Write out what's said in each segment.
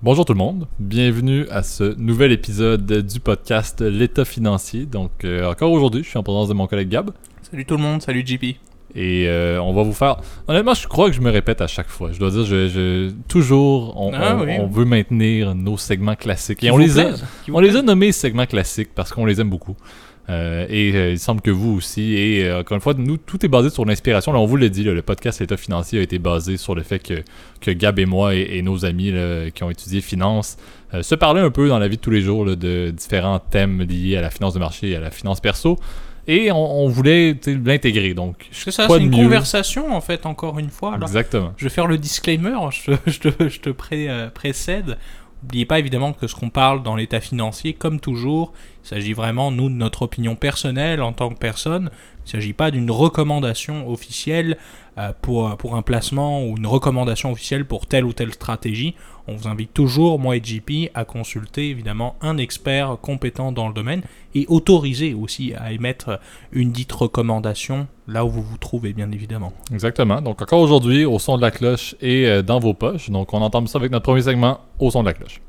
Bonjour tout le monde, bienvenue à ce nouvel épisode du podcast L'État financier. Donc encore aujourd'hui, je suis en présence de mon collègue Gab. Salut tout le monde, salut JP. Et on va vous faire... Honnêtement, je crois que je me répète à chaque fois. Je dois dire, toujours, on veut maintenir nos segments classiques. Et on les a nommés segments classiques parce qu'on les aime beaucoup. Il semble que vous aussi. Et encore une fois, nous, tout est basé sur l'inspiration. Là, on vous l'a dit, le podcast L'État financier a été basé sur le fait que Gab et moi et nos amis qui ont étudié finance se parlaient un peu dans la vie de tous les jours de différents thèmes liés à la finance de marché et à la finance perso. Et on voulait l'intégrer. Donc, c'est ça, c'est une conversation en fait, encore une fois. Là. Exactement. Je vais faire le disclaimer, je te précède. N'oubliez pas évidemment que ce qu'on parle dans l'état financier, comme toujours, il s'agit vraiment, nous, de notre opinion personnelle en tant que personne. Il ne s'agit pas d'une recommandation officielle pour un placement ou une recommandation officielle pour telle ou telle stratégie. On vous invite toujours, moi et JP, à consulter évidemment un expert compétent dans le domaine et autorisé aussi à émettre une dite recommandation là où vous vous trouvez, bien évidemment. Exactement. Donc encore aujourd'hui, au son de la cloche et dans vos poches. Donc on entame ça avec notre premier segment, au son de la cloche.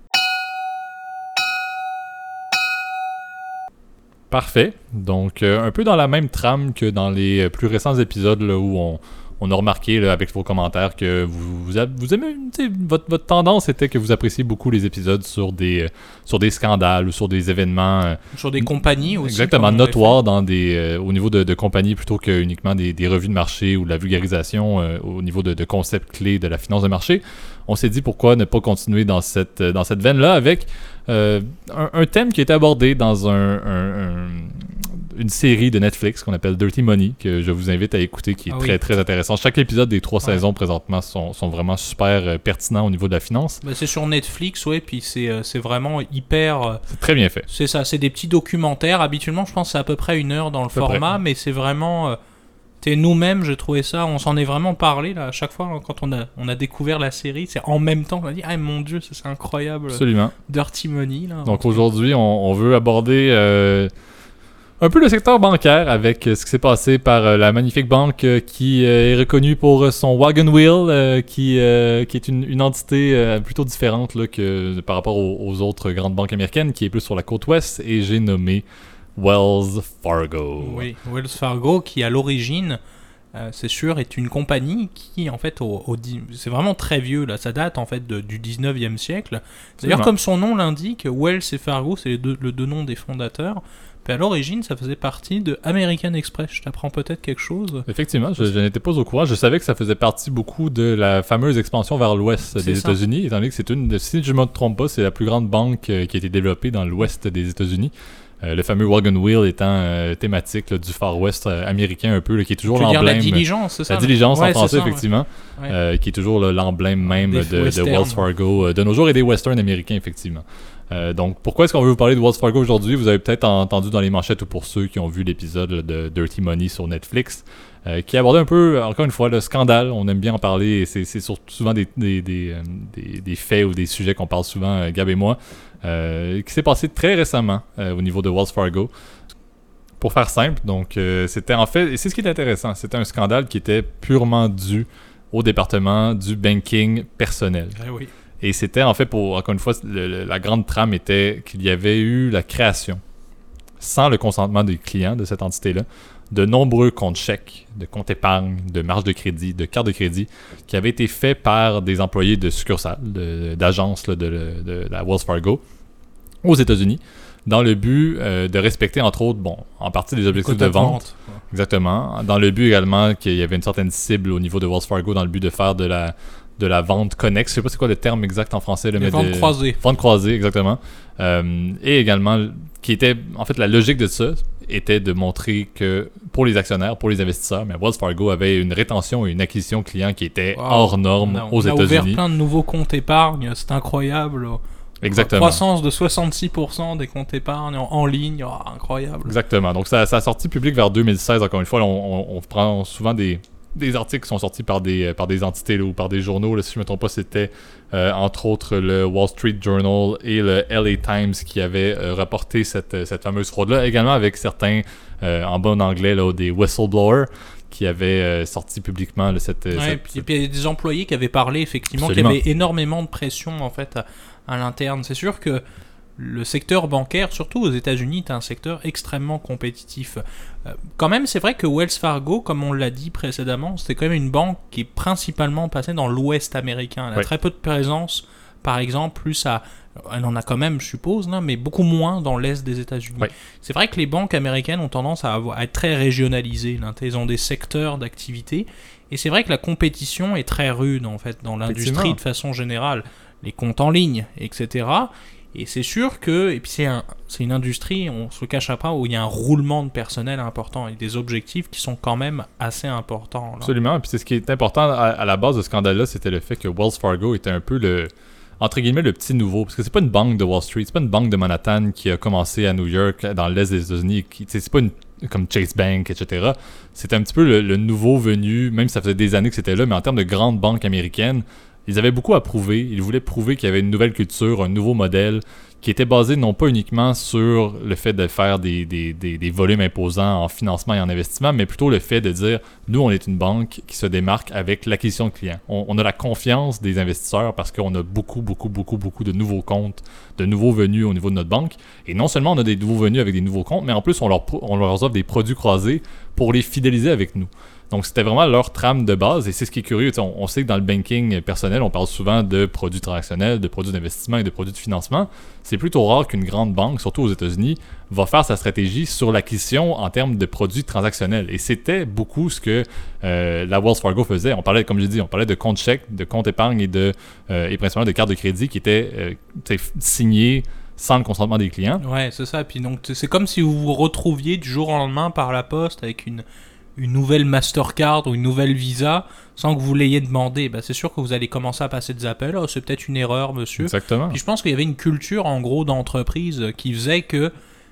Parfait. Donc, un peu dans la même trame que dans les plus récents épisodes là, où on a remarqué là, avec vos commentaires que vous aimez, votre tendance était que vous appréciez beaucoup les épisodes sur des scandales ou sur des événements. Sur des compagnies aussi. Exactement, notoires au niveau de compagnies plutôt que uniquement des revues de marché ou de la vulgarisation au niveau de concepts clés de la finance de marché. On s'est dit pourquoi ne pas continuer dans cette veine-là avec un thème qui a été abordé dans une série de Netflix qu'on appelle Dirty Money, que je vous invite à écouter, qui est très, très intéressant. Chaque épisode des 3 saisons présentement sont vraiment super pertinents au niveau de la finance. Ben, c'est sur Netflix, puis c'est vraiment hyper... c'est très bien fait. C'est ça, c'est des petits documentaires. Habituellement, je pense que c'est à peu près 1 heure dans le format, mais c'est vraiment... nous-mêmes, j'ai trouvé ça, on s'en est vraiment parlé là, à chaque fois hein, quand on a découvert la série, c'est en même temps qu'on a dit « Ah mon Dieu, ça c'est incroyable !» Absolument. Dirty Money. Là, donc aujourd'hui, on veut aborder un peu le secteur bancaire avec ce qui s'est passé par la magnifique banque qui est reconnue pour son Wagon Wheel, qui est une entité plutôt différente là, que par rapport aux autres grandes banques américaines, qui est plus sur la côte ouest, et j'ai nommé Wells Fargo. Oui, Wells Fargo qui à l'origine, c'est sûr, est une compagnie qui en fait, c'est vraiment très vieux, là, ça date en fait du 19e siècle. D'ailleurs, comme son nom l'indique, Wells et Fargo, c'est les deux noms des fondateurs. Puis à l'origine, ça faisait partie de American Express. Je t'apprends peut-être quelque chose. Effectivement, je n'étais pas au courant. Je savais que ça faisait partie beaucoup de la fameuse expansion vers l'ouest des États-Unis, étant donné que si je ne me trompe pas, c'est la plus grande banque qui a été développée dans l'ouest des États-Unis. Le fameux Wagon Wheel étant thématique là, du Far West américain un peu, là, qui est toujours l'emblème. La diligence, c'est ça? La diligence en français, ça, effectivement, qui est toujours l'emblème même de Wells Fargo de nos jours et des westerns américains, effectivement. Donc, pourquoi est-ce qu'on veut vous parler de Wells Fargo aujourd'hui? Vous avez peut-être entendu dans les manchettes, ou pour ceux qui ont vu l'épisode de Dirty Money sur Netflix, qui abordait un peu, encore une fois, le scandale. On aime bien en parler, et c'est souvent des faits ou des sujets qu'on parle souvent, Gab et moi, qui s'est passé très récemment au niveau de Wells Fargo. Pour faire simple, donc c'était en fait, et c'est ce qui est intéressant, c'était un scandale qui était purement dû au département du banking personnel. Oui. Et c'était en fait, encore une fois, la grande trame était qu'il y avait eu la création, sans le consentement des clients de cette entité-là, de nombreux comptes chèques, de comptes épargne, de marge de crédit, de cartes de crédit, qui avaient été faits par des employés de succursales, d'agences de la Wells Fargo aux États-Unis, dans le but de respecter, entre autres, en partie des objectifs de vente. Exactement. Dans le but également qu'il y avait une certaine cible au niveau de Wells Fargo, dans le but de faire de la vente connexe. Je sais pas c'est quoi le terme exact en français. Les ventes croisées. Vente croisée, exactement. Et également, qui était, en fait, la logique de ça était de montrer que pour les actionnaires, pour les investisseurs, mais Wells Fargo avait une rétention et une acquisition client qui était hors norme aux États-Unis. On a ouvert plein de nouveaux comptes épargne, c'est incroyable. Exactement. Croissance de 66% des comptes épargne en ligne, incroyable. Exactement. Donc ça a sorti public vers 2016, encore une fois. Là, on prend souvent des articles qui sont sortis par des entités là, ou par des journaux. Là, si je ne me trompe pas, c'était entre autres le Wall Street Journal et le LA Times qui avaient rapporté cette fameuse fraude-là. Également avec certains, en bon anglais, là, des whistleblowers qui avait sorti publiquement cette... Puis il y a des employés qui avaient parlé, effectivement, qu'il y avait énormément de pression, en fait, à l'interne. C'est sûr que le secteur bancaire, surtout aux États-Unis, est un secteur extrêmement compétitif. Quand même, c'est vrai que Wells Fargo, comme on l'a dit précédemment, c'était quand même une banque qui est principalement passée dans l'Ouest américain. Elle a très peu de présence, par exemple, elle en a quand même, je suppose, mais beaucoup moins dans l'Est des États-Unis. Oui. C'est vrai que les banques américaines ont tendance à être très régionalisées. Elles ont des secteurs d'activité. Et c'est vrai que la compétition est très rude, en fait, dans l'industrie de façon générale. Les comptes en ligne, etc. Et c'est sûr que, et puis c'est une industrie, on se le cachera pas, où il y a un roulement de personnel important et des objectifs qui sont quand même assez importants. Là. Absolument. Et puis c'est ce qui est important à la base de ce scandale-là, c'était le fait que Wells Fargo était un peu entre guillemets, le petit nouveau. Parce que c'est pas une banque de Wall Street, c'est pas une banque de Manhattan qui a commencé à New York, dans l'Est des États-Unis. C'est pas comme Chase Bank, etc. C'était un petit peu le nouveau venu, même si ça faisait des années que c'était là, mais en termes de grande banque américaine, ils avaient beaucoup à prouver. Ils voulaient prouver qu'il y avait une nouvelle culture, un nouveau modèle qui était basé non pas uniquement sur le fait de faire des volumes imposants en financement et en investissement, mais plutôt le fait de dire, nous, on est une banque qui se démarque avec l'acquisition de clients. On a la confiance des investisseurs parce qu'on a beaucoup de nouveaux comptes, de nouveaux venus au niveau de notre banque. Et non seulement on a des nouveaux venus avec des nouveaux comptes, mais en plus, on leur offre des produits croisés pour les fidéliser avec nous. Donc, c'était vraiment leur trame de base et c'est ce qui est curieux. On sait que dans le banking personnel, on parle souvent de produits transactionnels, de produits d'investissement et de produits de financement. C'est plutôt rare qu'une grande banque, surtout aux États-Unis, va faire sa stratégie sur l'acquisition en termes de produits transactionnels. Et c'était beaucoup ce que la Wells Fargo faisait. On parlait, comme j'ai dit, de comptes chèques, de comptes épargne et principalement de cartes de crédit qui étaient signés sans le consentement des clients. Ouais, c'est ça. Puis donc, c'est comme si vous vous retrouviez du jour au lendemain par la poste avec une nouvelle Mastercard ou une nouvelle Visa sans que vous l'ayez demandé. C'est sûr que vous allez commencer à passer des appels. Oh, c'est peut-être une erreur, monsieur. Exactement. Puis je pense qu'il y avait une culture, en gros, d'entreprise qui faisait que,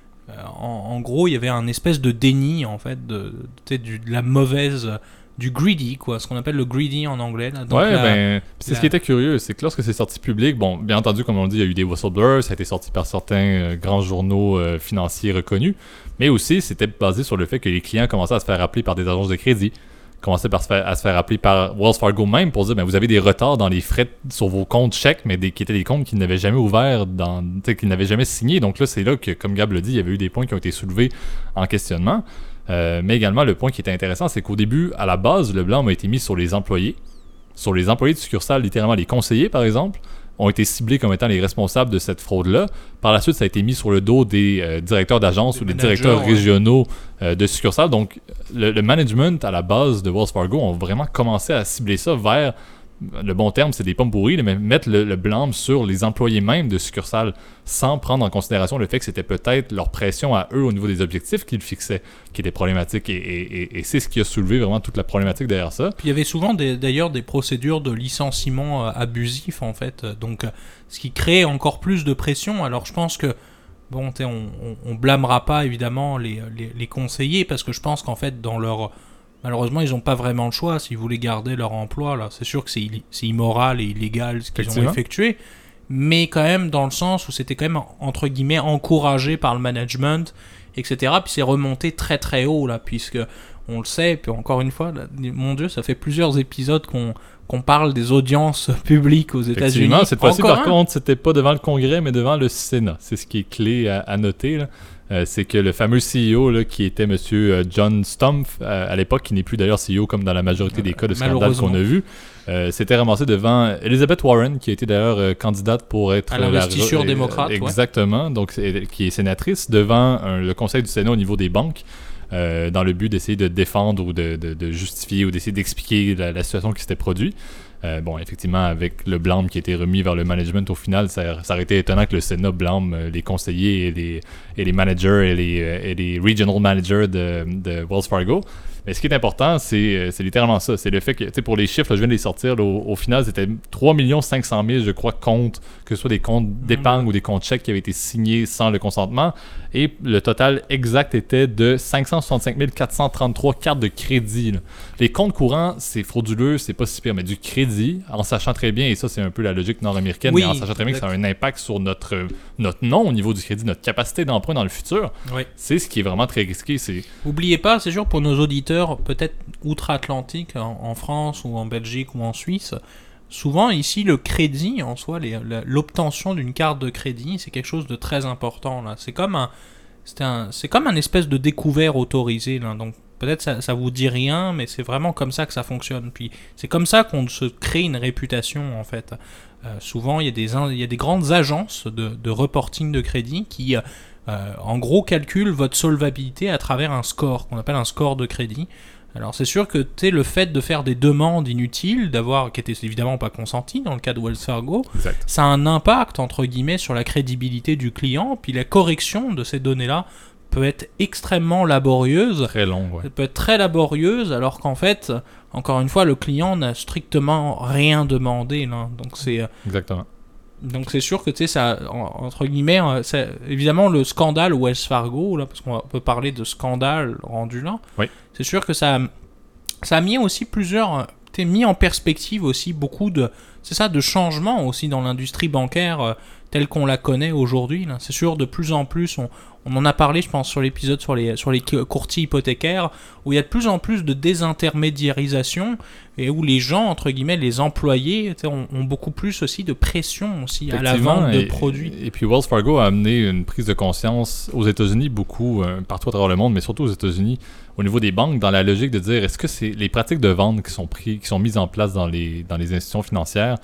en gros, il y avait un espèce de déni, en fait, de la mauvaise... du greedy, quoi, ce qu'on appelle le greedy en anglais. Là. Donc c'est ce qui était curieux, c'est que lorsque c'est sorti public, bon, bien entendu, comme on le dit, il y a eu des whistleblowers, ça a été sorti par certains grands journaux financiers reconnus, mais aussi, c'était basé sur le fait que les clients commençaient à se faire appeler par des agences de crédit, commençaient à se faire appeler par Wells Fargo même pour dire, vous avez des retards dans les frais sur vos comptes chèques, mais qui étaient des comptes qu'ils n'avaient jamais ouverts, qu'ils n'avaient jamais signés. Donc là, c'est là que, comme Gab l'a dit, il y avait eu des points qui ont été soulevés en questionnement. Mais également, le point qui était intéressant, c'est qu'au début, à la base, le blâme a été mis sur les employés. Sur les employés de succursale, littéralement les conseillers, par exemple, ont été ciblés comme étant les responsables de cette fraude-là. Par la suite, ça a été mis sur le dos des directeurs d'agence ou des directeurs régionaux de succursale. Donc, le management, à la base de Wells Fargo, ont vraiment commencé à cibler ça vers... Le bon terme, c'est des pommes pourries, mais mettre le blâme sur les employés même de succursales sans prendre en considération le fait que c'était peut-être leur pression à eux au niveau des objectifs qu'ils fixaient qui était problématique. Et c'est ce qui a soulevé vraiment toute la problématique derrière ça. Puis il y avait souvent d'ailleurs des procédures de licenciement abusif, en fait. Donc, ce qui crée encore plus de pression. Alors, je pense que bon, on blâmera pas évidemment les conseillers parce que je pense qu'en fait, malheureusement, ils n'ont pas vraiment le choix s'ils voulaient garder leur emploi. Là. C'est sûr que c'est immoral et illégal ce qu'ils ont effectué, mais quand même dans le sens où c'était quand même, entre guillemets, encouragé par le management, etc. Puis c'est remonté très très haut, là, puisque on le sait, puis encore une fois, là, mon Dieu, ça fait plusieurs épisodes qu'on parle des audiences publiques aux États-Unis. Cette fois-ci, par contre, c'était pas devant le Congrès, mais devant le Sénat. C'est ce qui est clé à noter, là. C'est que le fameux CEO là, qui était M. John Stumpf, à l'époque, qui n'est plus d'ailleurs CEO comme dans la majorité des cas de scandale qu'on a vu, s'était ramassé devant Elizabeth Warren, qui a été d'ailleurs candidate pour être à l'investiture démocrate. Exactement, donc qui est sénatrice, devant le Conseil du Sénat au niveau des banques, dans le but d'essayer de défendre ou de justifier ou d'essayer d'expliquer la situation qui s'était produite. Bon, effectivement, avec le blâme qui a été remis vers le management, au final, ça aurait été étonnant que le Sénat blâme les conseillers et les managers et les regional managers de Wells Fargo. Mais ce qui est important, c'est littéralement ça. C'est le fait que, tu sais, pour les chiffres, là, je viens de les sortir, là, au final, c'était 3 500 000, je crois, comptes, que ce soit des comptes d'épargne ou des comptes chèques qui avaient été signés sans le consentement. Et le total exact était de 565 433 cartes de crédit. Là. Les comptes courants, c'est frauduleux, c'est pas si pire, mais du crédit, en sachant très bien, et ça, c'est un peu la logique nord-américaine, mais en sachant très bien que ça a un impact sur notre nom au niveau du crédit, notre capacité d'emprunt dans le futur, c'est ce qui est vraiment très risqué. Oubliez pas, c'est sûr, pour nos auditeurs secteur peut-être outre-Atlantique, en France ou en Belgique ou en Suisse, souvent ici le crédit en soi, l'obtention d'une carte de crédit, c'est quelque chose de très important là. C'est comme un espèce de découvert autorisé là. Donc peut-être ça vous dit rien, mais c'est vraiment comme ça que ça fonctionne. Puis c'est comme ça qu'on se crée une réputation en fait. Souvent il y a des grandes agences de reporting de crédit qui en gros calculent votre solvabilité à travers un score qu'on appelle un score de crédit. Alors c'est sûr que le fait de faire des demandes inutiles, qui étaient évidemment pas consenties dans le cas de Wells Fargo, exact. Ça a un impact entre guillemets sur la crédibilité du client, puis la correction de ces données-là peut être extrêmement laborieuse. Très long, ouais. Elle peut être très laborieuse, alors qu'en fait, encore une fois, le client n'a strictement rien demandé là. Donc c'est exactement. Donc c'est sûr que tu sais ça entre guillemets évidemment le scandale Wells Fargo là, parce qu'on peut parler de scandale rendu là. Oui. C'est sûr que ça a mis aussi mis en perspective aussi beaucoup de changements aussi dans l'industrie bancaire telle qu'on la connaît aujourd'hui là. C'est sûr, de plus en plus on en a parlé, je pense, sur l'épisode sur les courtiers hypothécaires, où il y a de plus en plus de désintermédiarisation et où les gens, entre guillemets, les employés, ont beaucoup plus aussi de pression aussi à la vente de produits. Et puis Wells Fargo a amené une prise de conscience aux États-Unis, beaucoup, partout à travers le monde, mais surtout aux États-Unis, au niveau des banques, dans la logique de dire, est-ce que c'est les pratiques de vente qui sont mises en place dans les institutions financières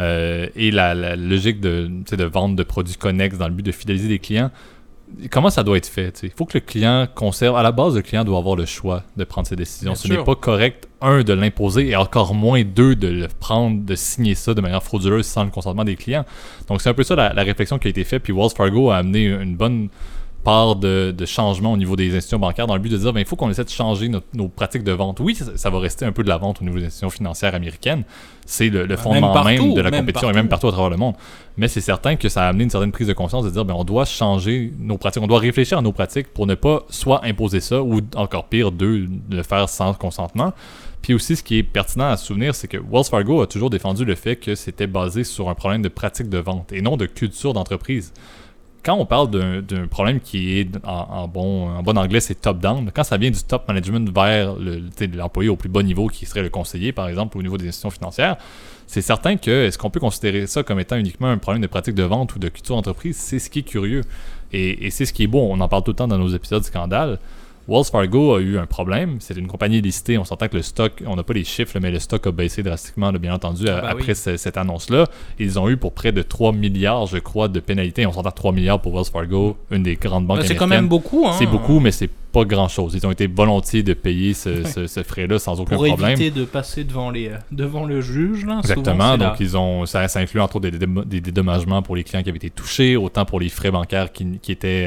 et la logique de vente de produits connexes dans le but de fidéliser les clients, comment ça doit être fait? Il faut que le client conserve... À la base, le client doit avoir le choix de prendre ses décisions. Ce n'est pas correct, de l'imposer et encore moins, de le prendre, de signer ça de manière frauduleuse sans le consentement des clients. Donc, c'est un peu ça la réflexion qui a été faite. Puis Wells Fargo a amené une bonne part de changement au niveau des institutions bancaires dans le but de dire il faut qu'on essaie de changer nos pratiques de vente. Oui, ça va rester un peu de la vente au niveau des institutions financières américaines. C'est le fondement même de la compétition et même partout à travers le monde. Mais c'est certain que ça a amené une certaine prise de conscience de dire on doit changer nos pratiques, on doit réfléchir à nos pratiques pour ne pas soit imposer ça ou encore pire, de le faire sans consentement. Puis aussi, ce qui est pertinent à se souvenir, c'est que Wells Fargo a toujours défendu le fait que c'était basé sur un problème de pratique de vente et non de culture d'entreprise. Quand on parle d'un problème qui est, en bon anglais, c'est top-down, quand ça vient du top management vers l'employé au plus bas niveau, qui serait le conseiller, par exemple, au niveau des institutions financières, c'est certain que, est-ce qu'on peut considérer ça comme étant uniquement un problème de pratique de vente ou de culture d'entreprise? C'est ce qui est curieux. Et c'est ce qui est beau. On en parle tout le temps dans nos épisodes scandales. Wells Fargo a eu un problème. C'est une compagnie listée. On s'entend que le stock, on n'a pas les chiffres, mais le stock a baissé drastiquement, bien entendu, après cette annonce-là. Ils ont eu pour près de 3 milliards, je crois, de pénalités. On s'entend 3 milliards pour Wells Fargo, une des grandes banques américaines. C'est quand même beaucoup. C'est beaucoup, mais c'est pas grand-chose. Ils ont été volontiers de payer ce frais-là sans aucun problème. Pour éviter de passer devant le juge. Là, exactement. Donc, ça inclut entre autres des dédommagements pour les clients qui avaient été touchés, autant pour les frais bancaires qui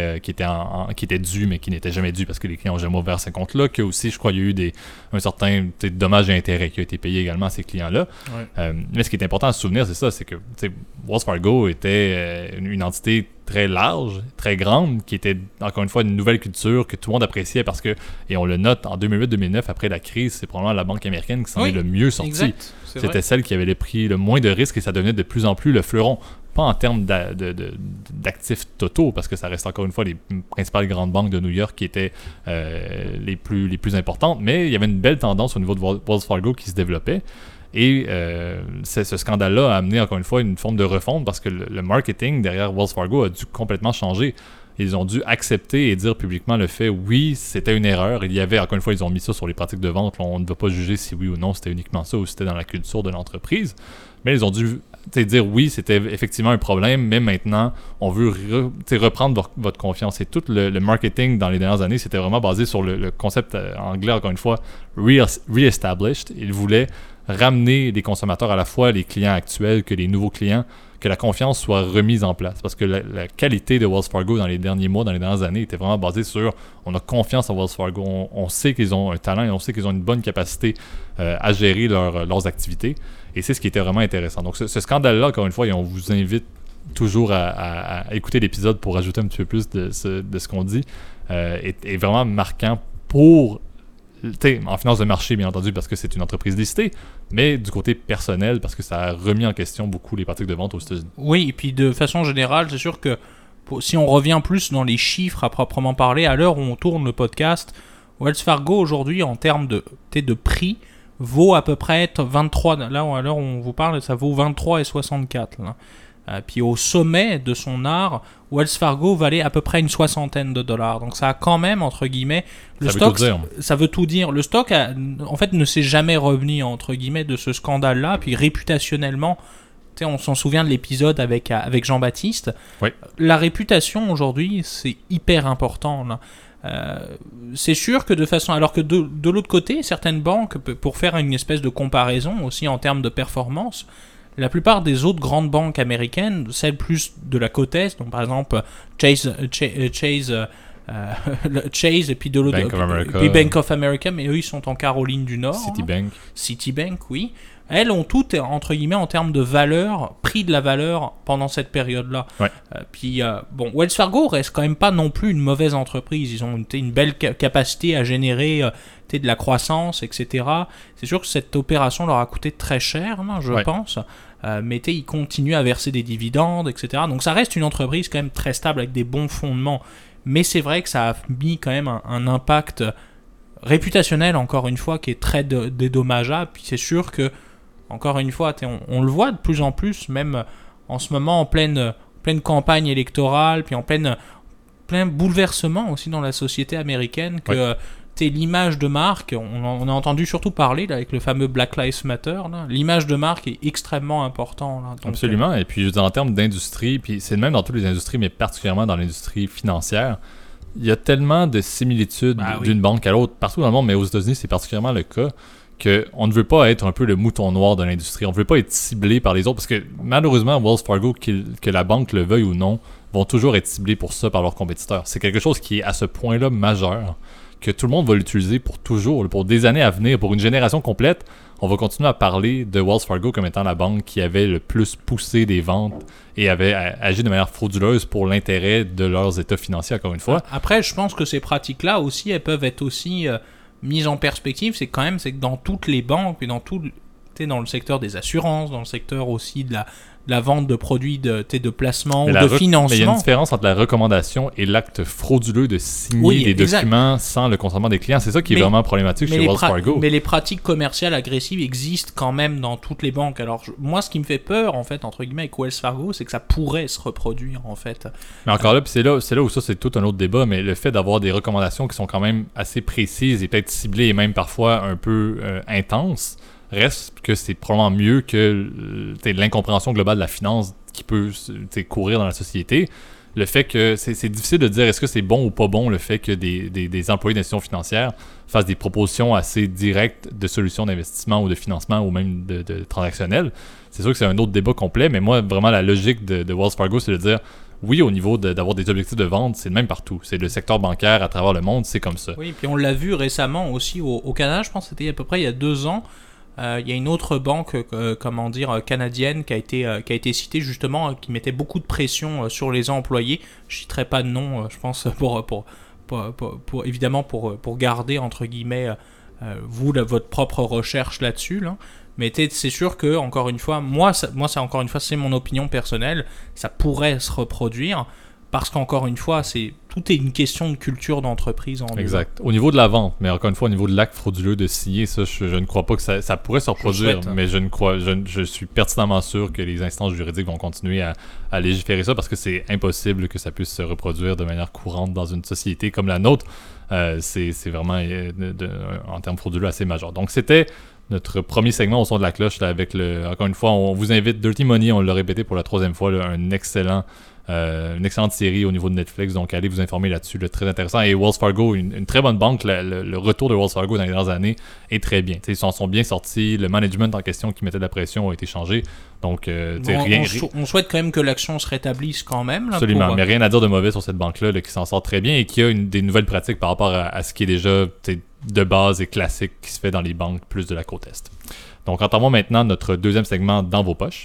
étaient dus, mais qui n'étaient jamais dus parce que les clients n'ont jamais ouvert ces comptes-là, que aussi, je crois, il y a eu un certain dommage et intérêt qui a été payé également à ces clients-là. Ouais. Mais ce qui est important à se souvenir, c'est ça, c'est que Wells Fargo était une entité très large, très grande, qui était encore une fois une nouvelle culture que tout le monde appréciait parce que, et on le note, en 2008-2009, après la crise, c'est probablement la banque américaine qui s'en est le mieux sortie. Exact, c'était vrai. Celle qui avait pris le moins de risques et ça devenait de plus en plus le fleuron. Pas en termes d'actifs totaux, parce que ça reste encore une fois les principales grandes banques de New York qui étaient les plus importantes, mais il y avait une belle tendance au niveau de Wells Fargo qui se développait. Et ce scandale-là a amené encore une fois une forme de refonte parce que le marketing derrière Wells Fargo a dû complètement changer. Ils ont dû accepter et dire publiquement le fait, oui, c'était une erreur. Il y avait, encore une fois, ils ont mis ça sur les pratiques de vente. On ne va pas juger si oui ou non c'était uniquement ça ou si c'était dans la culture de l'entreprise. Mais ils ont dû dire oui, c'était effectivement un problème, mais maintenant, on veut reprendre votre confiance. Et tout le marketing dans les dernières années, c'était vraiment basé sur le concept anglais, encore une fois, re-established. Ils voulaient ramener les consommateurs, à la fois les clients actuels que les nouveaux clients, que la confiance soit remise en place. Parce que la qualité de Wells Fargo dans les derniers mois, dans les dernières années, était vraiment basée sur on a confiance en Wells Fargo, on sait qu'ils ont un talent et on sait qu'ils ont une bonne capacité à gérer leurs activités. Et c'est ce qui était vraiment intéressant. Donc ce scandale-là, encore une fois, et on vous invite toujours à écouter l'épisode pour ajouter un petit peu plus de ce qu'on dit, est vraiment marquant pour... en finance de marché, bien entendu, parce que c'est une entreprise listée, mais du côté personnel, parce que ça a remis en question beaucoup les pratiques de vente aux États-Unis. Oui, et puis de façon générale, c'est sûr que si on revient plus dans les chiffres à proprement parler, à l'heure où on tourne le podcast, Wells Fargo aujourd'hui en termes de prix vaut à peu près 23, là à l'heure où on vous parle, ça vaut 23,64 là. Puis au sommet de son art, Wells Fargo valait à peu près une soixantaine de dollars. Donc ça a quand même, entre guillemets, ça veut tout dire. Le stock, en fait, ne s'est jamais revenu, entre guillemets, de ce scandale-là. Puis réputationnellement, on s'en souvient de l'épisode avec Jean-Baptiste. Oui. La réputation, aujourd'hui, c'est hyper important, là. C'est sûr que de façon... Alors que de l'autre côté, certaines banques, pour faire une espèce de comparaison aussi en termes de performance... La plupart des autres grandes banques américaines, celles plus de la côte est, donc par exemple Chase et puis de l'autre puis Bank of America, mais eux ils sont en Caroline du Nord. Citibank, oui. Elles ont toutes, entre guillemets, en termes de valeur, pris de la valeur pendant cette période-là. Ouais. Wells Fargo reste quand même pas non plus une mauvaise entreprise. Ils ont une belle capacité à générer de la croissance, etc. C'est sûr que cette opération leur a coûté très cher, je pense. Mais ils continuent à verser des dividendes, etc. Donc ça reste une entreprise quand même très stable avec des bons fondements. Mais c'est vrai que ça a mis quand même un impact réputationnel, encore une fois, qui est très dédommageable. Puis c'est sûr que, encore une fois, on le voit de plus en plus, même en ce moment en pleine campagne électorale, puis en plein bouleversement aussi dans la société américaine, que l'image de marque, on a entendu surtout parler là, avec le fameux Black Lives Matter, là, l'image de marque est extrêmement importante. Là, donc, absolument, et puis je veux dire, en termes d'industrie, puis c'est le même dans toutes les industries, mais particulièrement dans l'industrie financière, il y a tellement de similitudes d'une banque à l'autre, partout dans le monde, mais aux États-Unis c'est particulièrement le cas, qu'on ne veut pas être un peu le mouton noir de l'industrie, on ne veut pas être ciblé par les autres, parce que malheureusement Wells Fargo, que la banque le veuille ou non, vont toujours être ciblés pour ça par leurs compétiteurs. C'est quelque chose qui est à ce point-là majeur, que tout le monde va l'utiliser pour toujours, pour des années à venir, pour une génération complète. On va continuer à parler de Wells Fargo comme étant la banque qui avait le plus poussé des ventes et avait agi de manière frauduleuse pour l'intérêt de leurs états financiers, encore une fois. Après, je pense que ces pratiques-là aussi, elles peuvent être aussi mises en perspective. C'est que dans toutes les banques, et dans le secteur des assurances, dans le secteur aussi de la vente de produits de placement ou de financement. Mais il y a une différence entre la recommandation et l'acte frauduleux de signer des documents sans le consentement des clients. C'est ça qui est vraiment problématique chez Wells Fargo. Mais les pratiques commerciales agressives existent quand même dans toutes les banques. Alors moi, ce qui me fait peur, en fait, entre guillemets, avec Wells Fargo, c'est que ça pourrait se reproduire, en fait. Mais encore là, c'est là où ça, c'est tout un autre débat, mais le fait d'avoir des recommandations qui sont quand même assez précises et peut-être ciblées et même parfois un peu intenses, reste que c'est probablement mieux que l'incompréhension globale de la finance qui peut courir dans la société. Le fait que c'est difficile de dire est-ce que c'est bon ou pas bon le fait que des employés d'institutions financières fassent des propositions assez directes de solutions d'investissement ou de financement ou même de transactionnel. C'est sûr que c'est un autre débat complet, mais moi, vraiment, la logique de Wells Fargo, c'est de dire oui, au niveau d'avoir des objectifs de vente, c'est le même partout. C'est le secteur bancaire à travers le monde, c'est comme ça. Oui, puis on l'a vu récemment aussi au Canada, je pense que c'était à peu près il y a 2 ans. Il y a une autre banque canadienne qui a été citée justement, qui mettait beaucoup de pression sur les employés. Je citerai pas de nom, je pense pour évidemment pour garder entre guillemets votre propre recherche là-dessus. Là. Mais c'est sûr que encore une fois, moi c'est encore une fois c'est mon opinion personnelle, ça pourrait se reproduire. Parce qu'encore une fois, tout est une question de culture d'entreprise. Exact. Au niveau de la vente, mais encore une fois, au niveau de l'acte frauduleux de signer, ça, je ne crois pas que ça pourrait se reproduire, mais je suis pertinemment sûr que les instances juridiques vont continuer à légiférer ça parce que c'est impossible que ça puisse se reproduire de manière courante dans une société comme la nôtre. C'est vraiment, en termes frauduleux, assez majeur. Donc, c'était notre premier segment au son de la cloche, là, avec encore une fois, on vous invite, Dirty Money, on l'a répété pour la 3e fois, là, une excellente série au niveau de Netflix, donc allez vous informer là-dessus, très intéressant. Et Wells Fargo, une très bonne banque, le retour de Wells Fargo dans les dernières années est très bien. T'sais, ils s'en sont bien sortis, le management en question qui mettait de la pression a été changé, donc on souhaite quand même que l'action se rétablisse quand même. Là, absolument, mais rien à dire de mauvais sur cette banque-là qui s'en sort très bien et qui a des nouvelles pratiques par rapport à ce qui est déjà de base et classique qui se fait dans les banques plus de la côte Est. Donc entamons maintenant notre 2e segment dans vos poches.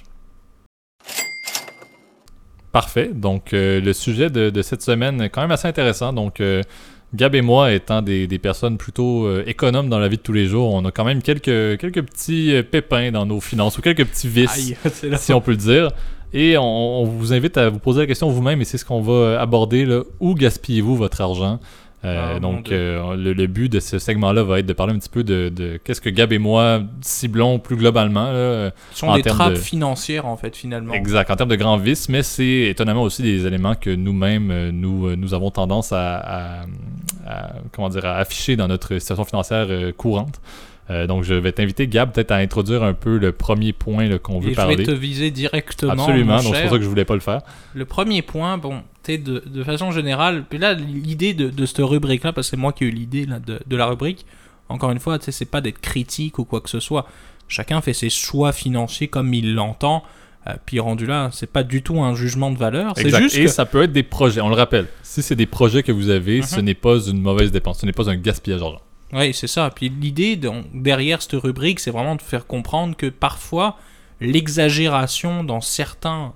Parfait. Donc, le sujet de cette semaine est quand même assez intéressant. Donc, Gab et moi, étant des personnes plutôt économes dans la vie de tous les jours, on a quand même quelques petits pépins dans nos finances ou quelques petits vices, si on peut le dire. Et on vous invite à vous poser la question vous-même et c'est ce qu'on va aborder. Là. Où gaspillez-vous votre argent? Donc, le but de ce segment-là va être de parler un petit peu de qu'est-ce que Gab et moi ciblons plus globalement. Là, ce sont des trappes financières, en fait, finalement. Exact, en termes de grands vices, mais c'est étonnamment aussi des éléments que nous-mêmes, nous avons tendance à afficher dans notre situation financière courante. Donc, je vais t'inviter, Gab, peut-être à introduire un peu le premier point là, qu'on veut parler. Je vais te viser directement. Absolument, donc c'est pour ça que je voulais pas le faire. Le premier point, bon, de façon générale, puis là, l'idée de cette rubrique-là, parce que c'est moi qui ai eu l'idée là, de la rubrique, encore une fois, c'est pas d'être critique ou quoi que ce soit. Chacun fait ses choix financiers comme il l'entend. Puis rendu là, c'est pas du tout un jugement de valeur. Exact. C'est juste et ça peut être des projets, on le rappelle. Si c'est des projets que vous avez, ce n'est pas une mauvaise dépense, ce n'est pas un gaspillage d'argent. Oui, c'est ça. Puis l'idée derrière cette rubrique, c'est vraiment de faire comprendre que parfois, l'exagération dans certaines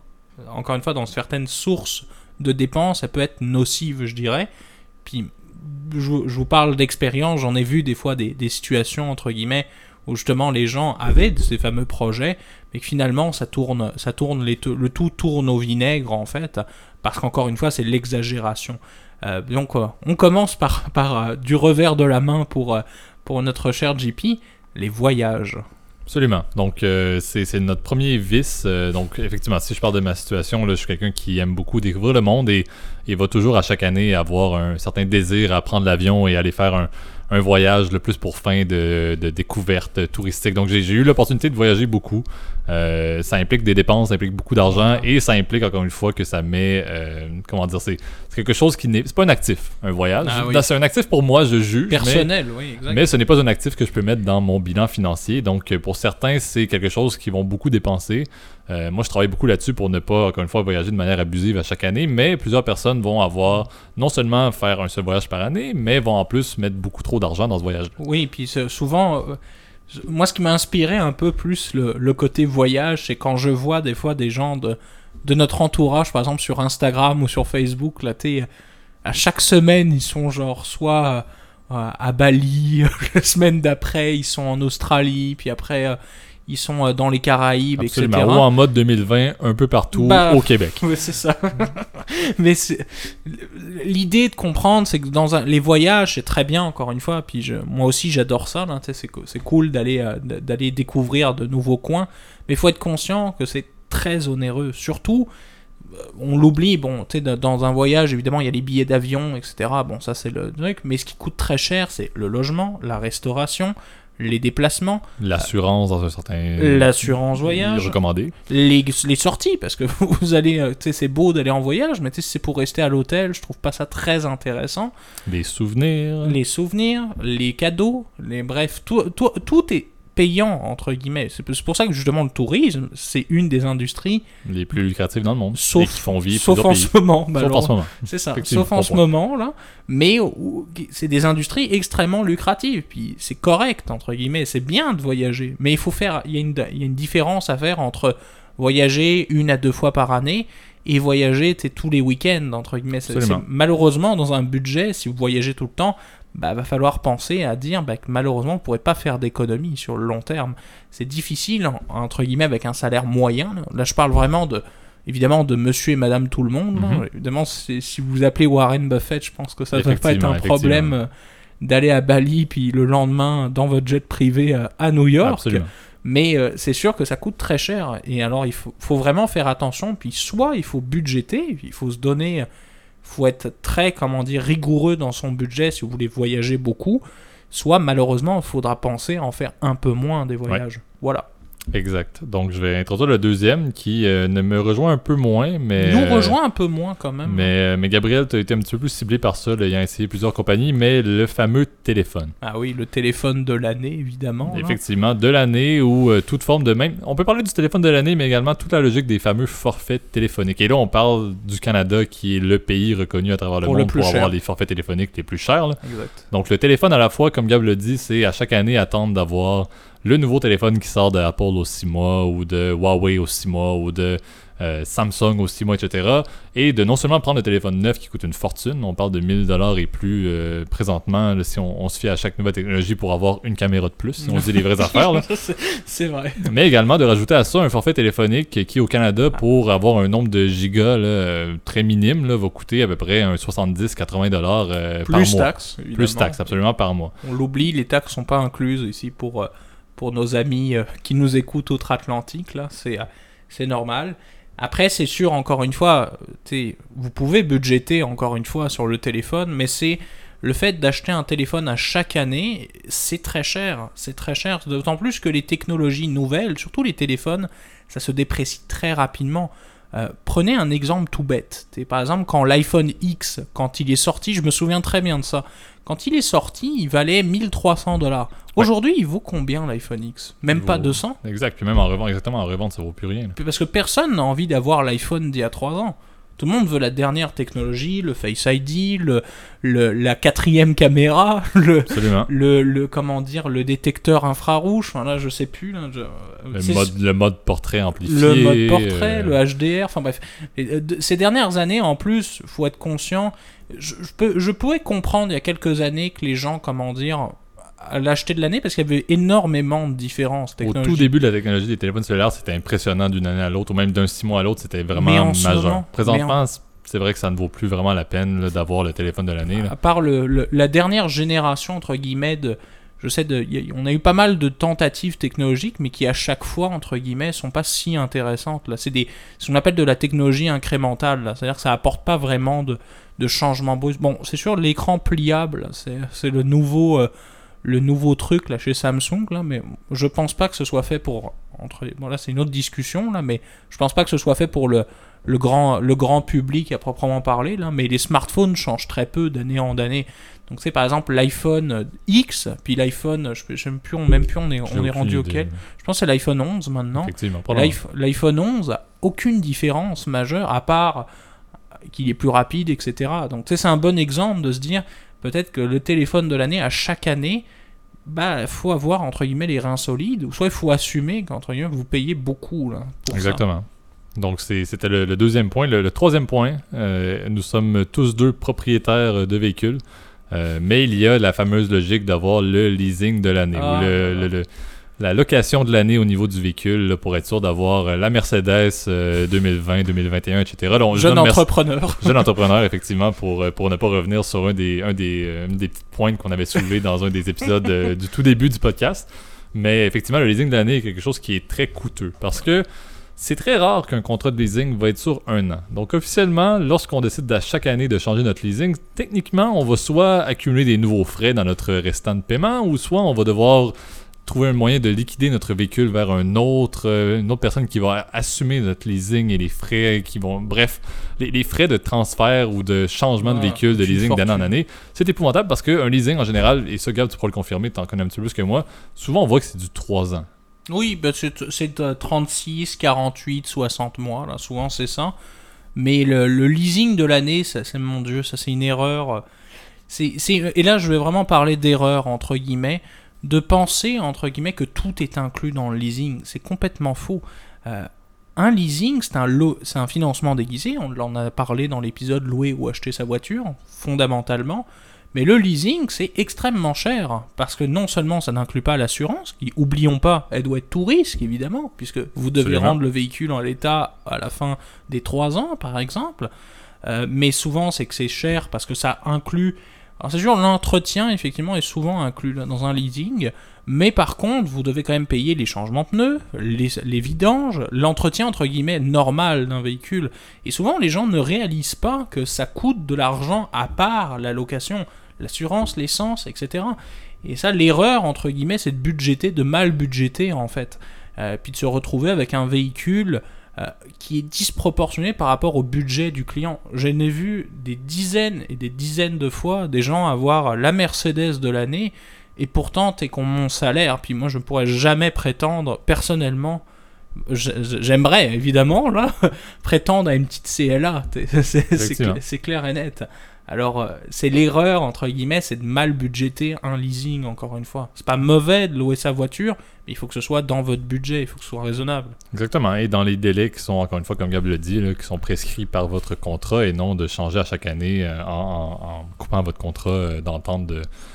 sources de dépenses, elle peut être nocive, je dirais. Puis je vous parle d'expérience, j'en ai vu des fois des situations, entre guillemets, où justement les gens avaient ces fameux projets, mais que finalement le tout tourne au vinaigre, en fait, parce qu'encore une fois, c'est l'exagération. Donc on commence par du revers de la main pour notre cher JP, les voyages. Absolument. Donc c'est notre premier vice. Donc effectivement, si je parle de ma situation, là, je suis quelqu'un qui aime beaucoup découvrir le monde et va toujours à chaque année avoir un certain désir à prendre l'avion et aller faire un voyage le plus pour fin de découverte touristique. Donc j'ai eu l'opportunité de voyager beaucoup. Ça implique des dépenses, ça implique beaucoup d'argent et ça implique encore une fois que ça met c'est quelque chose qui n'est... C'est pas un actif, un voyage. Oui. C'est un actif pour moi, je juge. Personnel, oui, exact. Mais ce n'est pas un actif que je peux mettre dans mon bilan financier. Donc pour certains, c'est quelque chose qu'ils vont beaucoup dépenser. Moi, je travaille beaucoup là-dessus pour ne pas, encore une fois, voyager de manière abusive à chaque année, mais plusieurs personnes vont avoir non seulement faire un seul voyage par année, mais vont en plus mettre beaucoup trop d'argent dans ce voyage-là. Oui, puis souvent, moi, ce qui m'a inspiré un peu plus le côté voyage, c'est quand je vois des fois des gens de notre entourage, par exemple sur Instagram ou sur Facebook, là, à chaque semaine, ils sont genre soit à Bali, la semaine d'après, ils sont en Australie, puis après... ils sont dans les Caraïbes, absolument, etc. Ou en mode 2020, un peu partout au Québec. Oui, c'est ça. Mais l'idée de comprendre, c'est que les voyages, c'est très bien, encore une fois. Puis moi aussi, j'adore ça. Là, c'est cool d'aller découvrir de nouveaux coins. Mais il faut être conscient que c'est très onéreux. Surtout, on l'oublie, dans un voyage, évidemment, il y a les billets d'avion, etc. Bon, ça, c'est le truc. Mais ce qui coûte très cher, c'est le logement, la restauration, les déplacements, l'assurance dans un certain... L'assurance voyage. Recommandé. Les sorties, parce que vous allez... c'est beau d'aller en voyage, mais si c'est pour rester à l'hôtel, je trouve pas ça très intéressant. Les souvenirs, les cadeaux, bref, tout est payant, entre guillemets. C'est pour ça que justement le tourisme, c'est une des industries les plus lucratives dans le monde. Sauf, et qui font vivre sauf en pays. ce moment. Sauf en ce moment. C'est ça, sauf en ce moment, là. Mais c'est des industries extrêmement lucratives. Puis c'est correct, entre guillemets. C'est bien de voyager. Mais il y a une différence à faire entre voyager 1 à 2 fois par année et voyager tous les week-ends, entre guillemets. C'est malheureusement, dans un budget, si vous voyagez tout le temps, va falloir penser à dire que malheureusement, vous ne pourrez pas faire d'économie sur le long terme. C'est difficile, entre guillemets, avec un salaire moyen. Là, je parle vraiment évidemment de monsieur et madame tout le monde. Mm-hmm. Évidemment, si vous appelez Warren Buffett, je pense que ça ne devrait pas être un problème d'aller à Bali, puis le lendemain, dans votre jet privé à New York. Absolument. Mais c'est sûr que ça coûte très cher. Et alors, il faut vraiment faire attention. Puis soit il faut budgéter, il faut se donner... faut être très, rigoureux dans son budget si vous voulez voyager beaucoup. Soit, malheureusement, il faudra penser à en faire un peu moins des voyages. Ouais. Voilà. Exact. Donc, je vais introduire le deuxième qui ne me rejoint un peu moins, mais... nous rejoint un peu moins, quand même. Mais Gabriel, tu as été un petit peu plus ciblé par ça, là, ayant essayé plusieurs compagnies, mais le fameux téléphone. Ah oui, le téléphone de l'année, évidemment. Effectivement, de l'année ou toute forme de même... On peut parler du téléphone de l'année, mais également toute la logique des fameux forfaits téléphoniques. Et là, on parle du Canada, qui est le pays reconnu à travers le monde pour avoir les forfaits téléphoniques les plus chers. Là. Exact. Donc, le téléphone, à la fois, comme Gab le dit, c'est à chaque année attendre d'avoir... le nouveau téléphone qui sort de Apple aux 6 mois ou de Huawei aux 6 mois ou de Samsung au 6 mois, etc. Et de non seulement prendre le téléphone neuf qui coûte une fortune, on parle de 1000$ et plus présentement, là, si on se fie à chaque nouvelle technologie pour avoir une caméra de plus, si on dit les vraies affaires. Là. C'est vrai. Mais également de rajouter à ça un forfait téléphonique qui, au Canada, pour avoir un nombre de gigas là, très minime, là, va coûter à peu près un 70-80$ par mois. Plus taxes, évidemment. Plus taxes, absolument, par mois. On l'oublie, les taxes sont pas incluses ici pour nos amis qui nous écoutent outre-Atlantique, là, c'est normal. Après, c'est sûr, encore une fois, vous pouvez budgéter encore une fois sur le téléphone, mais c'est le fait d'acheter un téléphone à chaque année, c'est très cher. C'est très cher, d'autant plus que les technologies nouvelles, surtout les téléphones, ça se déprécie très rapidement. Prenez un exemple tout bête. Par exemple, quand l'iPhone X, quand il est sorti, je me souviens très bien de ça. Quand il est sorti, il valait 1300$. Aujourd'hui, il vaut combien l'iPhone X ? Même pas 200 ? Exact, puis même en revente, ça vaut plus rien. Parce que personne n'a envie d'avoir l'iPhone d'il y a 3 ans. Tout le monde veut la dernière technologie, le Face ID, la 4e caméra, le détecteur infrarouge. Enfin là, je sais plus. Là, le mode portrait amplifié. Le mode portrait, le HDR. Enfin bref. Ces dernières années, en plus, faut être conscient. Je pourrais comprendre il y a quelques années que les gens, l'acheter de l'année parce qu'il y avait énormément de différences technologiques. Au tout début de la technologie des téléphones cellulaires, c'était impressionnant d'une année à l'autre, ou même d'un 6 mois à l'autre, c'était vraiment majeur. Présentement, c'est vrai que ça ne vaut plus vraiment la peine là, d'avoir le téléphone de l'année. Là. À part la dernière génération, entre guillemets, on a eu pas mal de tentatives technologiques, mais qui à chaque fois, entre guillemets, sont pas si intéressantes. Là. C'est ce qu'on appelle de la technologie incrémentale. Là. C'est-à-dire que ça apporte pas vraiment de changement brusque. Bon, c'est sûr, l'écran pliable, c'est le nouveau truc là chez Samsung là, mais je pense pas que ce soit fait pour là c'est une autre discussion là, mais je pense pas que ce soit fait pour le grand public à proprement parler là, mais les smartphones changent très peu d'année en année. Donc c'est par exemple l'iPhone X, puis l'iPhone, on est rendu auquel ? Je pense que c'est l'iPhone 11 maintenant. Effectivement. L'iPhone 11 a aucune différence majeure à part qu'il est plus rapide, etc. Donc c'est un bon exemple de se dire peut-être que le téléphone de l'année, à chaque année, faut avoir, entre guillemets, les reins solides, ou soit il faut assumer qu'entre guillemets, vous payez beaucoup. Là, pour exactement. Ça. Donc, c'était le deuxième point. Le troisième point, nous sommes tous deux propriétaires de véhicules, mais il y a la fameuse logique d'avoir le leasing de l'année, ou la location de l'année au niveau du véhicule là, pour être sûr d'avoir la Mercedes 2020, 2021, etc. Donc, jeune entrepreneur. Jeune entrepreneur, effectivement, pour ne pas revenir sur un des petites pointes qu'on avait soulevées dans un des épisodes du tout début du podcast. Mais effectivement, le leasing de l'année est quelque chose qui est très coûteux parce que c'est très rare qu'un contrat de leasing va être sur 1 an. Donc, officiellement, lorsqu'on décide à chaque année de changer notre leasing, techniquement, on va soit accumuler des nouveaux frais dans notre restant de paiement ou soit on va devoir trouver un moyen de liquider notre véhicule vers une autre personne qui va assumer notre leasing et les frais qui vont... Bref, les frais de transfert ou de changement de véhicule, de leasing d'année en année, c'est épouvantable parce qu'un leasing en général, et ça, Gab, tu pourras le confirmer, tu en connais un petit peu plus que moi, souvent on voit que c'est du 3 ans. Oui, c'est 36, 48, 60 mois, là, souvent c'est ça. Mais le leasing de l'année, ça, c'est mon Dieu, ça c'est une erreur. Et là, je vais vraiment parler d'erreur, entre guillemets, de penser, entre guillemets, que tout est inclus dans le leasing. C'est complètement faux. Un leasing, c'est un financement déguisé. On en a parlé dans l'épisode louer ou acheter sa voiture, fondamentalement. Mais le leasing, c'est extrêmement cher. Parce que non seulement ça n'inclut pas l'assurance, qui, oublions pas, elle doit être tout risque, évidemment, puisque vous devez rendre le véhicule en l'état à la fin des 3 ans, par exemple. Mais souvent, c'est que c'est cher parce que ça inclut... Alors c'est sûr, l'entretien, effectivement, est souvent inclus dans un leasing, mais par contre, vous devez quand même payer les changements de pneus, les vidanges, l'entretien, entre guillemets, normal d'un véhicule. Et souvent, les gens ne réalisent pas que ça coûte de l'argent à part la location, l'assurance, l'essence, etc. Et ça, l'erreur, entre guillemets, c'est de mal budgéter, en fait. Puis de se retrouver avec un véhicule... qui est disproportionné par rapport au budget du client. J'en ai vu des dizaines et des dizaines de fois des gens avoir la Mercedes de l'année et pourtant t'es qu'on mon salaire, puis moi je ne pourrais jamais prétendre personnellement, j'aimerais évidemment là prétendre à une petite CLA, c'est clair et net. Alors, c'est l'erreur, entre guillemets, c'est de mal budgéter un leasing, encore une fois. C'est pas mauvais de louer sa voiture, mais il faut que ce soit dans votre budget, il faut que ce soit raisonnable. Exactement, et dans les délais qui sont, encore une fois, comme Gab le dit, là, qui sont prescrits par votre contrat et non de changer à chaque année en coupant votre contrat d'entente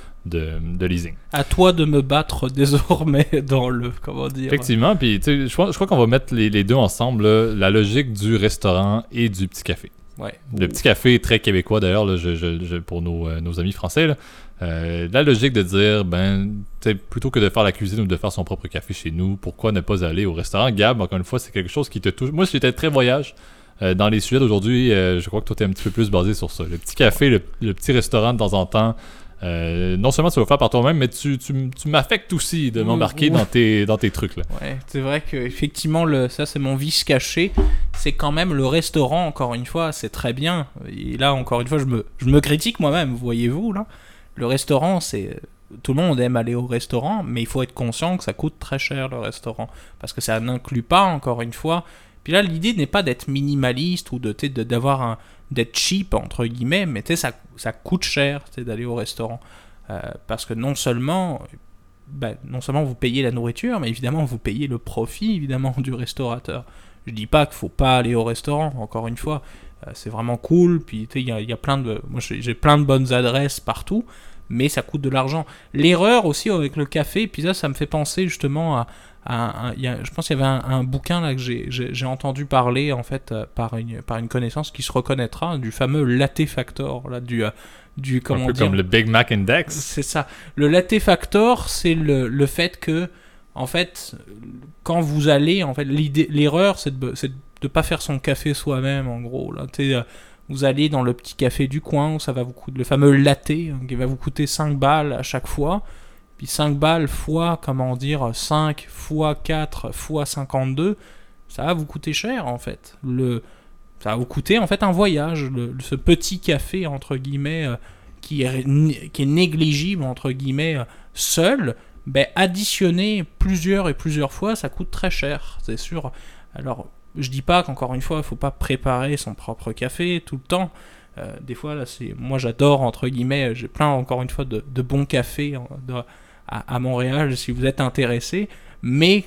de leasing. À toi de me battre désormais dans le... Comment dire? Effectivement, puis je crois qu'on va mettre les deux ensemble, là, la logique du restaurant et du petit café. Ouais. Le petit café est très québécois d'ailleurs, là, pour nos amis français. Là. La logique de dire, plutôt que de faire la cuisine ou de faire son propre café chez nous, pourquoi ne pas aller au restaurant? Gab, encore une fois, c'est quelque chose qui te touche. Moi, j'étais très voyage. Dans les sujets d'aujourd'hui, je crois que toi, t'es un petit peu plus basé sur ça. Le petit café, le petit restaurant de temps en temps. Non seulement tu vas le faire par toi-même, mais tu m'affectes aussi de m'embarquer dans tes trucs là. Ouais, c'est vrai que effectivement ça c'est mon vice caché, c'est quand même le restaurant, encore une fois, c'est très bien. Et là encore une fois je me critique moi-même, voyez-vous là. Le restaurant, c'est tout le monde aime aller au restaurant, mais il faut être conscient que ça coûte très cher le restaurant parce que ça n'inclut pas, encore une fois. Puis là l'idée n'est pas d'être minimaliste ou d'avoir d'être cheap entre guillemets, mais ça coûte cher d'aller au restaurant parce que non seulement vous payez la nourriture, mais évidemment vous payez le profit évidemment du restaurateur. Je dis pas qu'il faut pas aller au restaurant, encore une fois, c'est vraiment cool, puis il y a plein de... Moi j'ai plein de bonnes adresses partout, mais ça coûte de l'argent. L'erreur aussi avec le café, puis ça me fait penser justement je pense qu'il y avait un bouquin là que j'ai entendu parler en fait par une connaissance qui se reconnaîtra, du fameux latte factor là, du comment un peu dire, comme le Big Mac Index. C'est ça. Le latte factor, c'est le fait que en fait quand vous allez, en fait l'erreur c'est de pas faire son café soi-même, en gros là. Vous allez dans le petit café du coin où ça va vous coûter, le fameux latte qui va vous coûter 5 balles à chaque fois. Puis 5 balles fois, 5 fois 4 fois 52, ça va vous coûter cher en fait. Ça va vous coûter en fait un voyage. Ce petit café entre guillemets qui est négligible entre guillemets seul, additionné plusieurs fois, ça coûte très cher, c'est sûr. Alors je dis pas qu'encore une fois, il faut pas préparer son propre café tout le temps. Des fois là, moi j'adore entre guillemets, j'ai plein encore une fois de bons cafés à Montréal si vous êtes intéressé, mais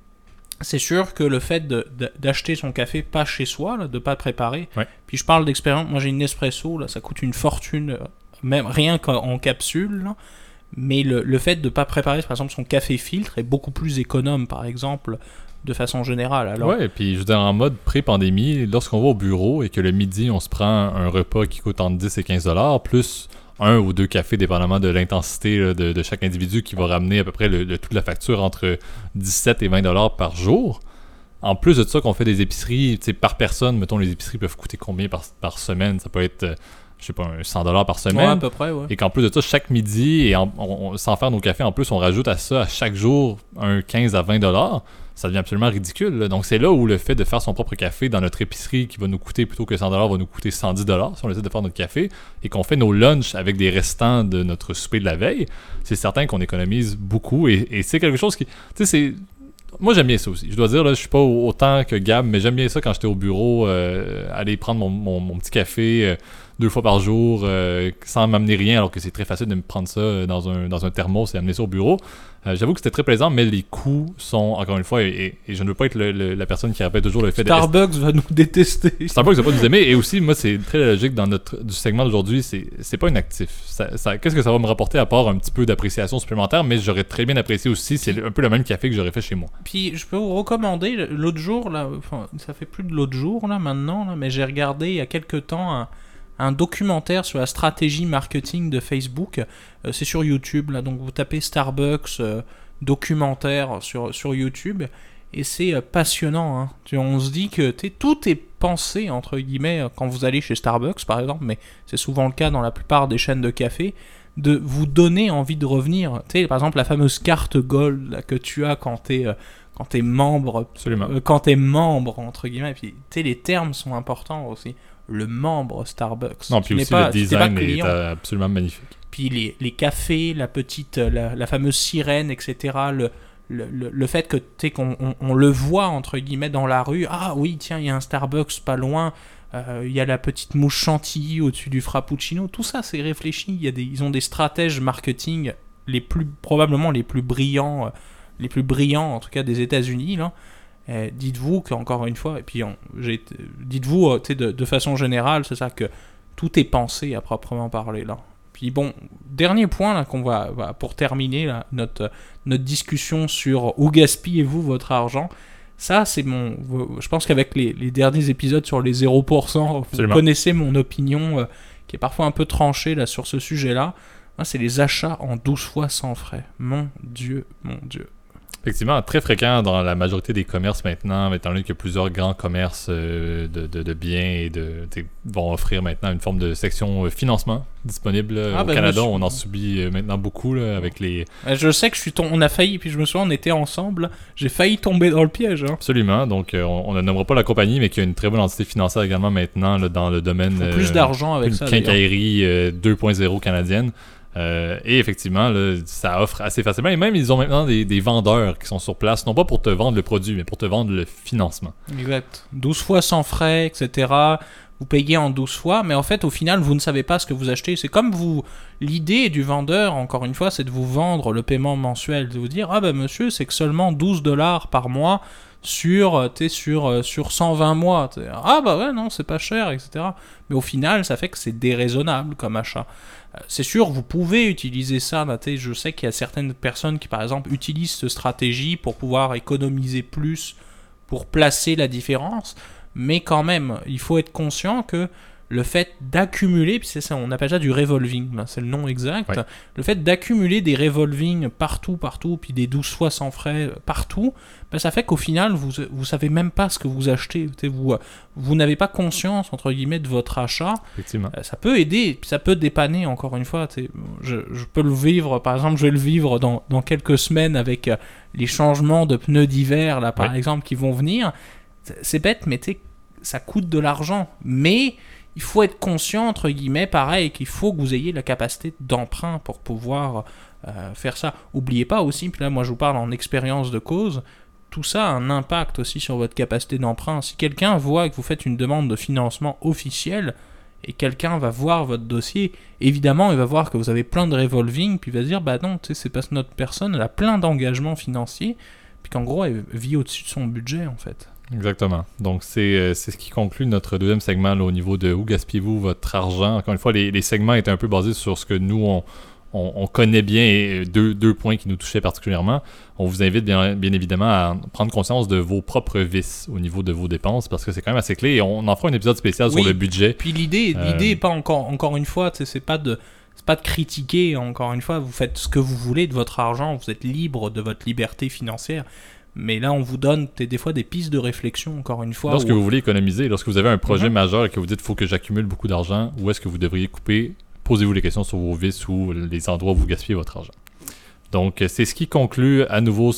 c'est sûr que le fait d'acheter son café pas chez soi, là, de pas préparer, ouais. Puis je parle d'expérience, moi j'ai une Nespresso, là, ça coûte une fortune, même rien qu'en capsule, là, mais le fait de pas préparer par exemple son café filtre est beaucoup plus économe par exemple de façon générale. Alors... Ouais, et puis je veux dire, en mode pré-pandémie, lorsqu'on va au bureau et que le midi on se prend un repas qui coûte entre 10 et 15$, plus 1 ou 2 cafés, dépendamment de l'intensité là, de chaque individu, qui va ramener à peu près le tout de la facture entre 17 et 20$ par jour. En plus de ça, qu'on fait des épiceries, par personne, mettons, les épiceries peuvent coûter combien par semaine? Ça peut être, je sais pas, un 100$ par semaine. Ouais, à peu près, ouais. Et qu'en plus de ça, chaque midi, et sans faire nos cafés, en plus, on rajoute à ça, à chaque jour, un 15 à 20$. Ça devient absolument ridicule. Là. Donc, c'est là où le fait de faire son propre café dans notre épicerie qui va nous coûter plutôt que 100$, va nous coûter 110$ si on essaie de faire notre café, et qu'on fait nos lunchs avec des restants de notre souper de la veille, c'est certain qu'on économise beaucoup. Et c'est quelque chose qui... Tu sais, c'est... Moi, j'aime bien ça aussi. Je dois dire, là, je suis pas autant que Gab, mais j'aime bien ça quand j'étais au bureau, aller prendre mon petit café 2 fois par jour sans m'amener rien, alors que c'est très facile de me prendre ça dans un thermos et amener ça au bureau. J'avoue que c'était très plaisant, mais les coûts sont, encore une fois, et je ne veux pas être la personne qui répète toujours le fait Starbucks va nous détester. Starbucks va pas nous aimer, et aussi, moi, c'est très logique dans du segment d'aujourd'hui, c'est pas un actif. Qu'est-ce que ça va me rapporter à part un petit peu d'appréciation supplémentaire, mais j'aurais très bien apprécié aussi, c'est un peu le même café que j'aurais fait chez moi. Puis, je peux vous recommander, l'autre jour, là, enfin, ça fait plus de l'autre jour, là, maintenant, là, mais j'ai regardé il y a quelques temps un documentaire sur la stratégie marketing de Facebook. C'est sur YouTube, là, donc vous tapez Starbucks documentaire sur YouTube, et c'est passionnant. Hein. On se dit que tout est pensé, entre guillemets, quand vous allez chez Starbucks, par exemple, mais c'est souvent le cas dans la plupart des chaînes de café, de vous donner envie de revenir. Par exemple, la fameuse carte Gold là, que tu as quand t'es membre. Absolument. Quand t'es membre, entre guillemets, puis les termes sont importants aussi. Le membre Starbucks. Non, puis aussi le design est absolument magnifique. Puis les cafés, la fameuse sirène, etc. Le fait que qu'on le voit entre guillemets dans la rue. Ah oui, tiens, il y a un Starbucks pas loin. il y a la petite mouche chantilly au-dessus du frappuccino. Tout ça, c'est réfléchi. Ils ont des stratèges marketing probablement les plus brillants en tout cas des États-Unis là. Dites-vous qu'encore une fois, et puis dites-vous de façon générale, c'est ça, que tout est pensé à proprement parler là. Puis bon, dernier point là qu'on va pour terminer là, notre discussion sur où gaspillez-vous votre argent. Ça, c'est je pense qu'avec les derniers épisodes sur les 0%, vous connaissez mon opinion qui est parfois un peu tranchée là sur ce sujet-là. Moi, c'est les achats en 12 fois sans frais. Mon Dieu. Effectivement, très fréquent dans la majorité des commerces maintenant, étant donné que plusieurs grands commerces de biens vont offrir maintenant une forme de section financement disponible au Canada. On en subit maintenant beaucoup là, avec les... Je sais que on a failli, puis je me souviens, on était ensemble, j'ai failli tomber dans le piège. Hein. Absolument, donc on ne nommera pas la compagnie, mais qui a une très bonne entité financière également maintenant là, dans le domaine... plus d'argent avec ça. Une quincaillerie 2.0 canadienne. Et effectivement, là, ça offre assez facilement. Et même, ils ont maintenant des vendeurs qui sont sur place, non pas pour te vendre le produit, mais pour te vendre le financement. Exact. 12 fois sans frais, etc. Vous payez en 12 fois, mais en fait, au final, vous ne savez pas ce que vous achetez. C'est comme l'idée du vendeur, encore une fois, c'est de vous vendre le paiement mensuel. De vous dire, ah ben monsieur, c'est que seulement $12 par mois sur 120 mois. Ah bah ouais, non, c'est pas cher, etc. Mais au final, ça fait que c'est déraisonnable comme achat. C'est sûr, vous pouvez utiliser ça. Je sais qu'il y a certaines personnes qui, par exemple, utilisent cette stratégie pour pouvoir économiser plus, pour placer la différence. Mais quand même, il faut être conscient que le fait d'accumuler, puis c'est ça, on appelle ça du revolving, là, c'est le nom exact. Ouais. Le fait d'accumuler des revolving partout, puis des 12 fois sans frais partout, ça fait qu'au final, vous savez même pas ce que vous achetez. Vous n'avez pas conscience, entre guillemets, de votre achat. Effectivement. Ça peut aider, puis ça peut dépanner, encore une fois. Je peux le vivre, par exemple, je vais le vivre dans quelques semaines avec les changements de pneus d'hiver, là, par exemple, qui vont venir. C'est bête, mais ça coûte de l'argent. Mais il faut être conscient, entre guillemets, pareil, qu'il faut que vous ayez la capacité d'emprunt pour pouvoir faire ça. Oubliez pas aussi, puis là, moi, je vous parle en expérience de cause, tout ça a un impact aussi sur votre capacité d'emprunt. Si quelqu'un voit que vous faites une demande de financement officielle et quelqu'un va voir votre dossier, évidemment, il va voir que vous avez plein de revolving, puis il va se dire, bah non, c'est parce que notre personne, elle a plein d'engagements financiers, puis qu'en gros, elle vit au-dessus de son budget, en fait. Exactement. Donc, c'est ce qui conclut notre deuxième segment là, au niveau de où gaspillez-vous votre argent. Encore une fois, les segments étaient un peu basés sur ce que nous, on connaît bien et deux points qui nous touchaient particulièrement. On vous invite bien évidemment à prendre conscience de vos propres vices au niveau de vos dépenses parce que c'est quand même assez clé et on en fera un épisode spécial sur le budget. Puis l'idée est pas encore une fois, c'est pas de critiquer, encore une fois, vous faites ce que vous voulez de votre argent, vous êtes libre de votre liberté financière. Mais là, on vous donne des fois des pistes de réflexion, encore une fois. Lorsque vous voulez économiser, lorsque vous avez un projet majeur et que vous dites « faut que j'accumule beaucoup d'argent », où est-ce que vous devriez couper? Posez-vous les questions sur vos vices ou les endroits où vous gaspillez votre argent. Donc, c'est ce qui conclut à nouveau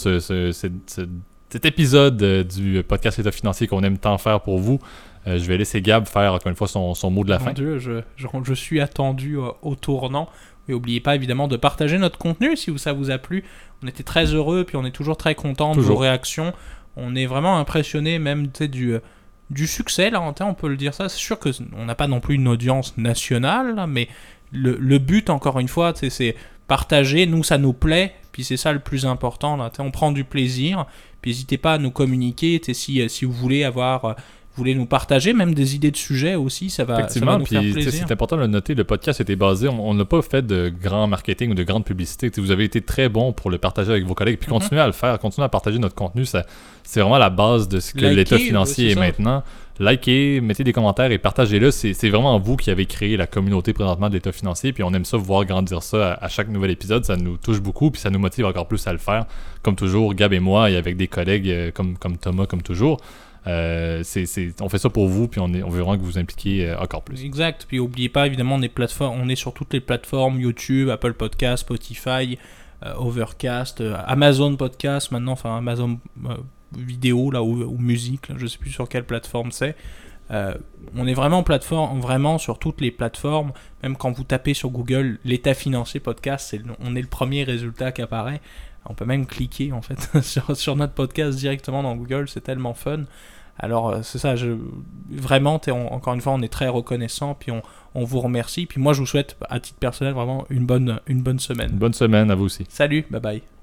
cet épisode du podcast État financier qu'on aime tant faire pour vous. Je vais laisser Gab faire encore une fois son mot de la fin. Mon Dieu, je suis attendu au tournant. Et n'oubliez pas évidemment de partager notre contenu si ça vous a plu. On était très heureux, puis on est toujours très content de vos réactions. On est vraiment impressionné même du succès, là, on peut le dire ça. C'est sûr qu'on n'a pas non plus une audience nationale, là, mais le but, encore une fois, c'est partager. Nous, ça nous plaît, puis c'est ça le plus important. Là, on prend du plaisir, puis n'hésitez pas à nous communiquer si vous voulez vous voulez nous partager même des idées de sujets aussi, ça va nous faire plaisir. C'est important de le noter, le podcast était basé, on n'a pas fait de grand marketing ou de grande publicité. Vous avez été très bon pour le partager avec vos collègues, puis continuez à le faire, continuez à partager notre contenu, c'est vraiment la base de ce que l'état financier est maintenant. Likez, mettez des commentaires et partagez-le, c'est vraiment vous qui avez créé la communauté présentement de l'état financier, puis on aime ça, voir grandir ça à chaque nouvel épisode, ça nous touche beaucoup, puis ça nous motive encore plus à le faire, comme toujours, Gab et moi, et avec des collègues comme Thomas, comme toujours. On fait ça pour vous, puis on veut vraiment que vous vous impliquiez encore plus. Exact, puis n'oubliez pas, évidemment, on est sur toutes les plateformes, YouTube, Apple Podcast, Spotify, Overcast, Amazon Podcast, maintenant, enfin Amazon vidéo là, ou musique, là, je ne sais plus sur quelle plateforme c'est. On est vraiment sur toutes les plateformes, même quand vous tapez sur Google l'état financier podcast, on est le premier résultat qui apparaît. On peut même cliquer en fait sur notre podcast directement dans Google, c'est tellement fun. Alors c'est ça, vraiment, encore une fois, on est très reconnaissant, puis on vous remercie. Puis moi, je vous souhaite, à titre personnel, vraiment une bonne semaine. Bonne semaine à vous aussi. Salut, bye bye.